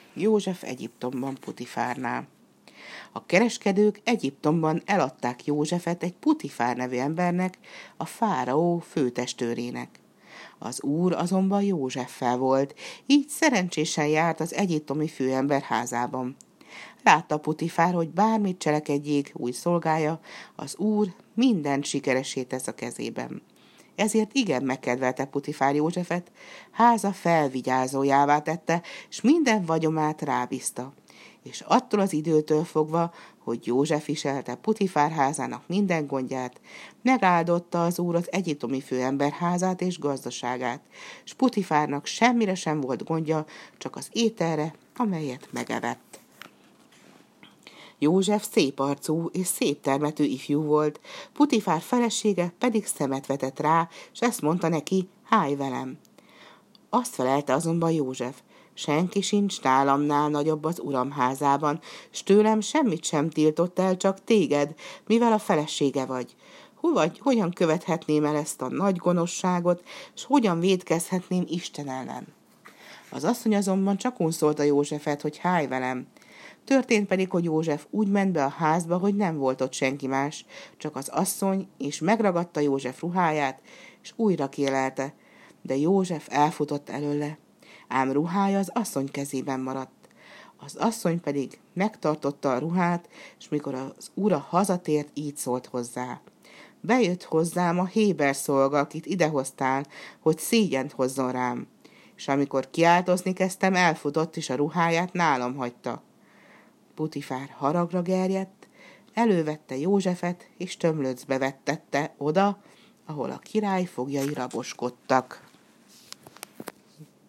József Egyiptomban Putifárnál. A kereskedők Egyiptomban eladták Józsefet egy Putifár nevű embernek, a fáraó főtestőrének. Az úr azonban Józseffel volt, így szerencsésen járt az egyiptomi főember házában. Látta Putifár, hogy bármit cselekedjék új szolgája, az úr mindent sikeressé tesz a kezében. Ezért igen megkedvelte Putifár Józsefet, háza felvigyázójává tette, és minden vagyonát rábízta. És attól az időtől fogva, hogy József viselte Putifár házának minden gondját, megáldotta az úr az egyiptomi főember házát és gazdaságát, s Putifárnak semmire sem volt gondja, csak az ételre, amelyet megevett. József szép arcú és szép termetű ifjú volt, Putifár felesége pedig szemet vetett rá, s ezt mondta neki, állj velem. Azt felelte azonban József, senki sincs nálamnál nagyobb az uram házában, s tőlem semmit sem tiltott el, csak téged, mivel a felesége vagy. Hogyan követhetném el ezt a nagy gonoszságot, s hogyan vétkezhetném Isten ellen? Az asszony azonban csak unszolta Józsefet, hogy állj velem. Történt pedig, hogy József úgy ment be a házba, hogy nem volt ott senki más, csak az asszony, és megragadta József ruháját, és újra kielelte, de József elfutott előle, ám ruhája az asszony kezében maradt. Az asszony pedig megtartotta a ruhát, és mikor az ura hazatért, így szólt hozzá. Bejött hozzám a héber szolga, akit idehoztál, hogy szégyent hozzon rám. És amikor kiáltozni kezdtem, elfutott, és a ruháját nálam hagyta. Putifár haragra gerjedt, elővette Józsefet, és tömlöcbe vettette oda, ahol a király foglyai raboskodtak.